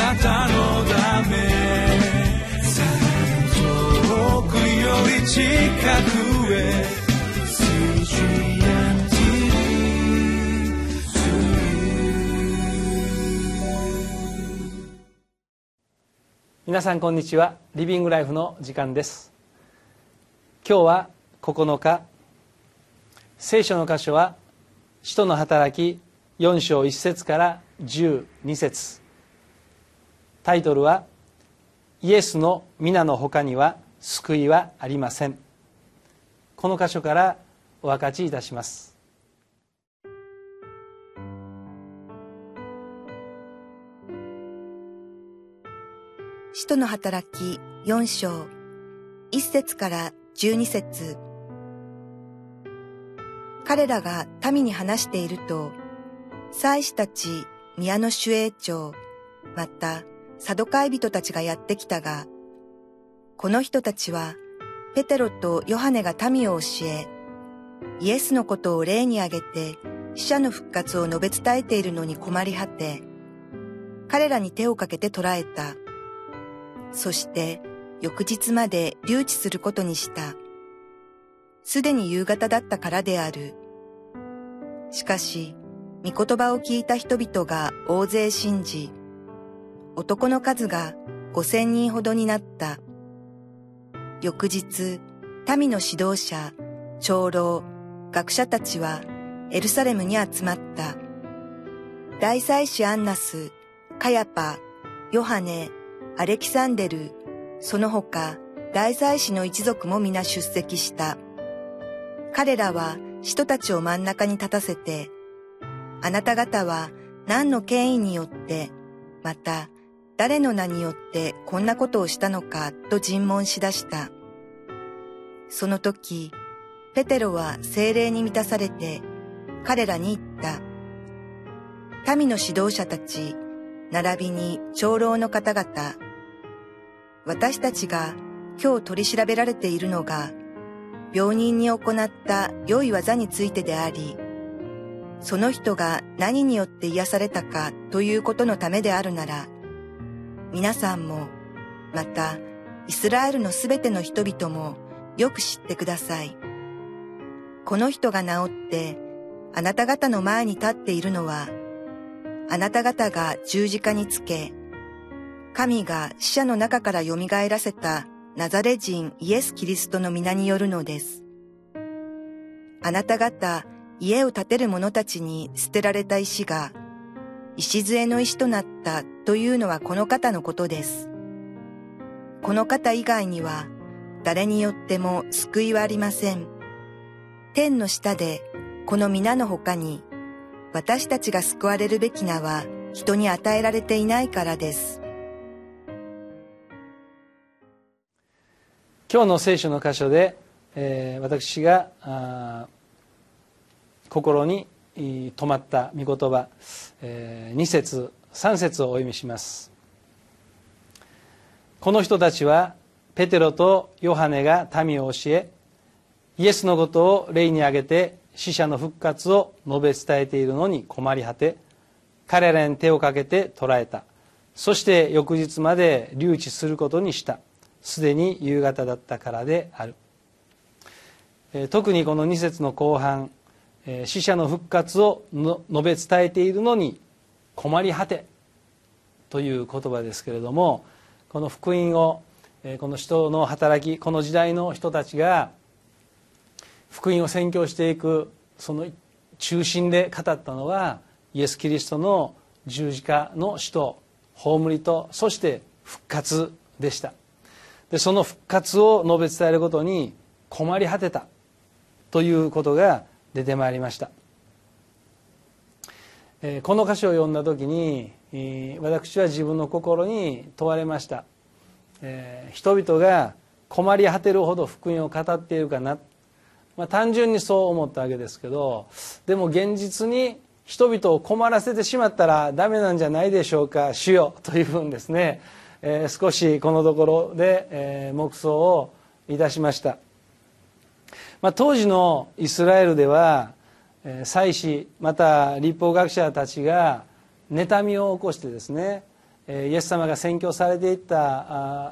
なたのため遠くより近くへ皆さんこんにちは。リビングライフの時間です。今日は9日、聖書の箇所は使徒の働き4章1節から12節。タイトルはイエスの皆の他には救いはありません。この箇所からお分かちいたします。 使徒の働き4章1節から12節。彼らが民に話していると、祭司たち、宮の守衛長、またサドカイ人たちがやってきたが、この人たちはペテロとヨハネが民を教え、イエスのことを例に挙げて死者の復活を述べ伝えているのに困り果て、彼らに手をかけて捕らえた。そして翌日まで留置することにした。すでに夕方だったからである。しかし、御言葉を聞いた人々が大勢信じ、男の数が5000人ほどになった。翌日、民の指導者、長老、学者たちはエルサレムに集まった。大祭司アンナス、カヤパ、ヨハネ、アレキサンデル、その他大祭司の一族も皆出席した。彼らは使徒たちを真ん中に立たせて、あなた方は何の権威によって、また誰の名によってこんなことをしたのかと尋問しだした。その時、ペテロは聖霊に満たされて、彼らに言った。民の指導者たち、並びに長老の方々、私たちが今日取り調べられているのが、病人に行った良い技についてであり、その人が何によって癒されたかということのためであるなら、皆さんも、またイスラエルのすべての人々もよく知ってください。この人が治ってあなた方の前に立っているのは、あなた方が十字架につけ、神が死者の中から蘇らせたナザレ人イエス・キリストの皆によるのです。あなた方、家を建てる者たちに捨てられた石が、礎の石となったというのはこの方のことです。この方以外には、誰によっても救いはありません。天の下で、この皆の他に、私たちが救われるべき名は人に与えられていないからです。 今日の聖書の箇所で、私が心に留まった御言葉、2節3節をお読みします。この人たちはペテロとヨハネが民を教え、イエスのことを例に挙げて死者の復活を述べ伝えているのに困り果て、彼らに手をかけて捕らえた。そして翌日まで留置することにした。すでに夕方だったからである。特にこの2節の後半、死者の復活を述べ伝えているのに困り果てという言葉ですけれども、この福音をこの使徒の働き、この時代の人たちが福音を宣教していくその中心で語ったのはイエス・キリストの十字架の死と葬りと、そして復活でした。でその復活を述べ伝えることに困り果てたということが出てまいりました。この箇所を読んだ時に私は自分の心に問われました。人々が困り果てるほど福音を語っているかな、単純にそう思ったわけですけど、でも現実に人々を困らせてしまったらダメなんじゃないでしょうか、主よというふうにですね、少しこのところで、黙想をいたしました。当時のイスラエルでは祭司また律法学者たちが妬みを起こしてですね、 イエス様が宣教されていった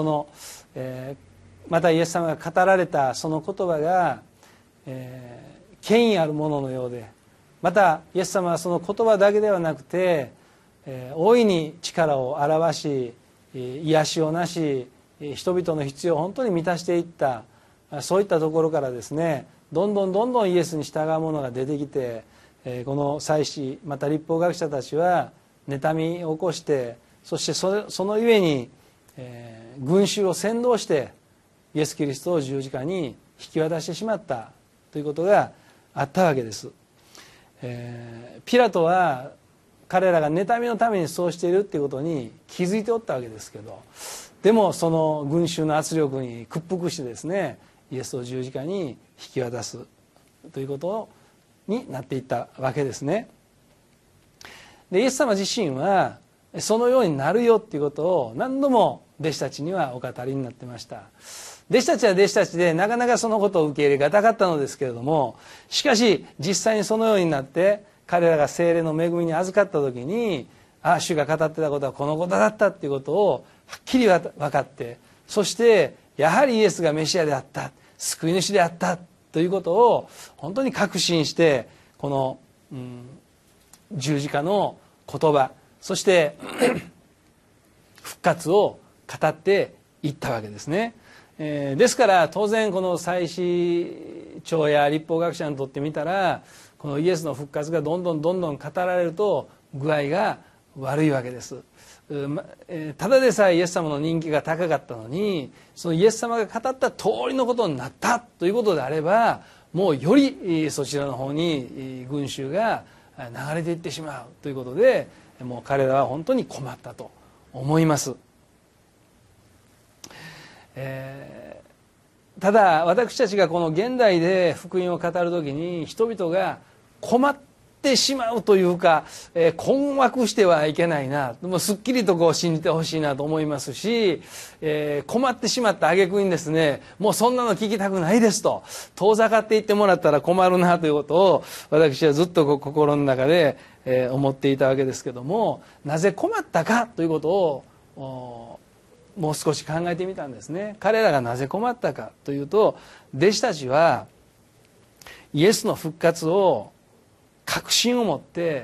またイエス様が語られたその言葉が、権威あるもののようで、またイエス様はその言葉だけではなくて、大いに力を表し癒しをなし、人々の必要を本当に満たしていった、そういったところからですね、どんどんイエスに従う者が出てきて、この祭司また律法学者たちは妬みを起こして、そしてそのゆえに、群衆を扇動してイエス・キリストを十字架に引き渡してしまったということがあったわけです。ピラトは彼らが妬みのためにそうしているということに気づいておったわけですけど、でもその群衆の圧力に屈服してですね、イエスを十字架に引き渡すということになっていったわけですね。でイエス様自身はそのようになるよということを何度も弟子たちにはお語りになってました。弟子たちは弟子たちでなかなかそのことを受け入れがたかったのですけれども、しかし実際にそのようになって彼らが聖霊の恵みに預かった時に、主が語ってたことはこのことだったということをはっきり分かって、そしてやはりイエスがメシアであった、救い主であったということを本当に確信して、この、十字架の言葉、そして復活を語っていったわけですね。ですから当然この祭司長や律法学者にとってみたら、このイエスの復活がどんどん語られると具合が悪いわけです。ただでさえイエス様の人気が高かったのに、そのイエス様が語った通りのことになったということであれば、もうよりそちらの方に群衆が流れていってしまうということで、もう彼らは本当に困ったと思います。ただ私たちがこの現代で福音を語るときに、人々が困ってしまうというか、困惑してはいけないな、もうすっきりと信じてほしいなと思いますし、困ってしまった挙句にですね、もうそんなの聞きたくないですと遠ざかっていってもらったら困るなということを私はずっと心の中で思っていたわけですけども、なぜ困ったかということをもう少し考えてみたんですね。彼らがなぜ困ったかというと、弟子たちはイエスの復活を確信を持って、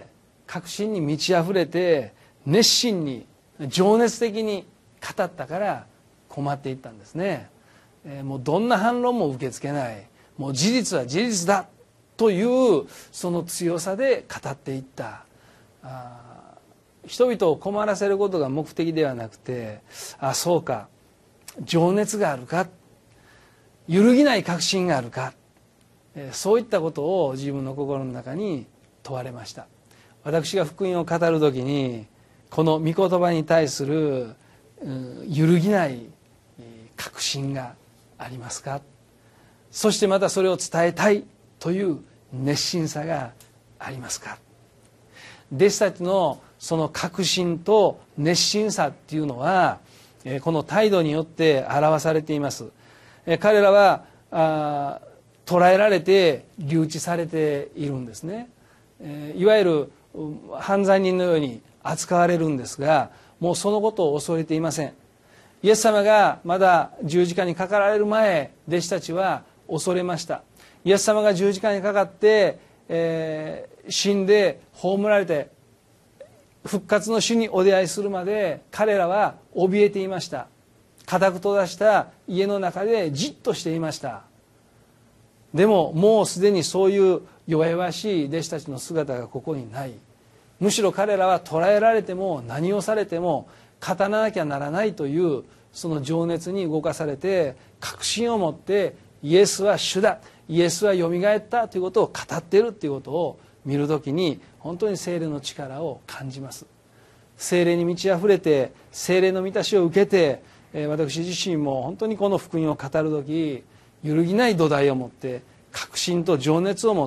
確信に満ち溢れて、熱心に情熱的に語ったから困っていったんですね。もうどんな反論も受け付けない、もう事実は事実だというその強さで語っていった。人々を困らせることが目的ではなくて、そうか、情熱があるか、揺るぎない確信があるか、そういったことを自分の心の中に問われました。私が福音を語るときに、この御言葉に対する揺るぎない確信がありますか。そしてまたそれを伝えたいという熱心さがありますか。弟子たちのその確信と熱心さっていうのは、この態度によって表されています。彼らは捕らえられて留置されているんですね。いわゆる犯罪人のように扱われるんですが、もうそのことを恐れていません。イエス様がまだ十字架にかかられる前、弟子たちは恐れました。イエス様が十字架にかかって、死んで葬られて復活の主にお出会いするまで、彼らは怯えていました。固く閉ざした家の中でじっとしていました。でももうすでにそういう弱々しい弟子たちの姿がここにない。むしろ彼らは捕らえられても何をされても語らなきゃならないというその情熱に動かされて、確信を持ってイエスは主だ、イエスはよみがえったということを語っているということを見るときに、本当に聖霊の力を感じます。聖霊に満ち溢れて、聖霊の満たしを受けて、私自身も本当にこの福音を語るとき、揺るぎない土台を持って、確信と情熱を持って、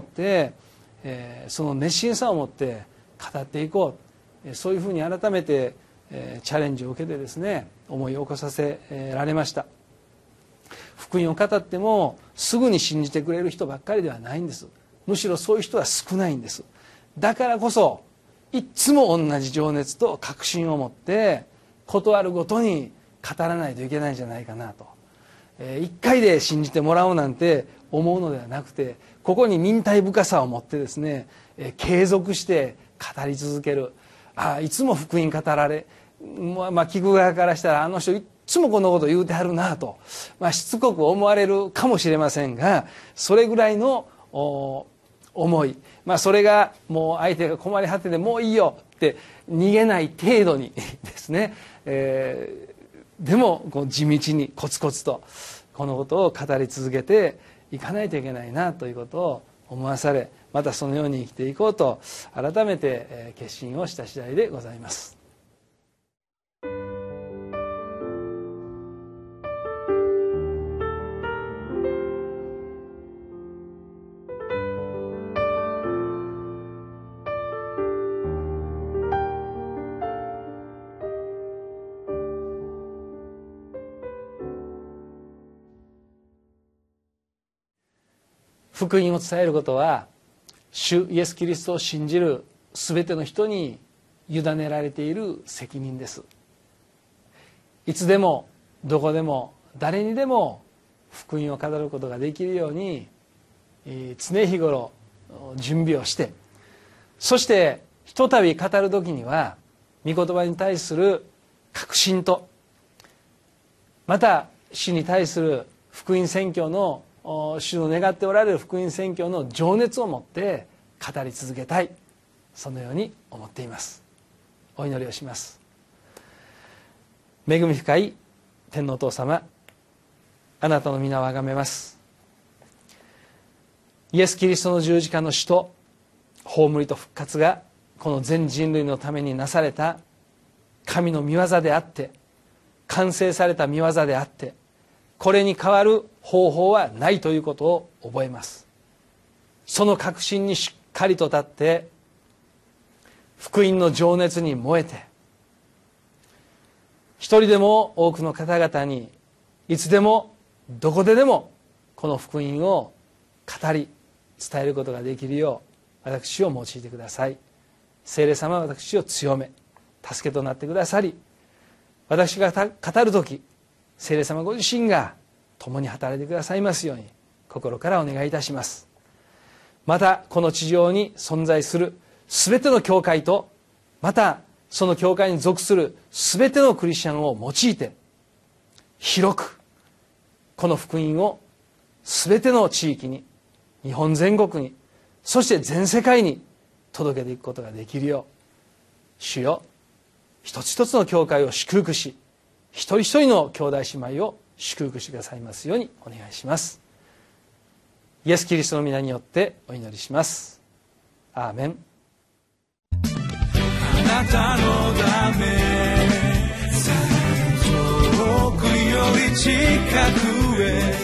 その熱心さを持って語っていこう、そういうふうに改めてチャレンジを受けてですね、思いを起こさせられました。福音を語ってもすぐに信じてくれる人ばっかりではないんです。むしろそういう人は少ないんです。だからこそいつも同じ情熱と確信を持って事あるごとに語らないといけないんじゃないかなと、一回で信じてもらおうなんて思うのではなくて、ここに忍耐深さを持ってですね、継続して語り続ける。いつも福音語られ、聞く側からしたらあの人いつもこのこと言うてはるなと、しつこく思われるかもしれませんが、それぐらいの思い、それがもう相手が困り果ててもういいよって逃げない程度にですね、でもこう地道にコツコツとこのことを語り続けていかないといけないなということを思わされ、またそのように生きていこうと改めて決心をした次第でございます。福音を伝えることは主イエス・キリストを信じるすべての人に委ねられている責任です。いつでもどこでも誰にでも福音を語ることができるように常日頃準備をして、そしてひとたび語る時には御言葉に対する確信と、また主に対する福音宣教の主の願っておられる福音宣教の情熱を持って語り続けたい、そのように思っています。お祈りをします。恵み深い天皇お父様、あなたの皆をあがめます。イエス・キリストの十字架の死と葬りと復活がこの全人類のためになされた神の御業であって、完成された御業であって、これに代わる方法はないということを覚えます。その確信にしっかりと立って福音の情熱に燃えて、一人でも多くの方々にいつでもどこででもこの福音を語り伝えることができるよう私を用いてください。聖霊様は私を強め助けとなってくださり、私が語るとき聖霊様ご自身が共に働いてくださいますように心からお願いいたします。またこの地上に存在するすべての教会と、またその教会に属するすべてのクリスチャンを用いて広くこの福音をすべての地域に、日本全国に、そして全世界に届けていくことができるよう、主よ、一つ一つの教会を祝福し、一人一人の兄弟姉妹を祝福してくださいますようにお願いします。イエス・キリストの皆によってお祈りします。アーメン。 あなたのため遠くより近くへ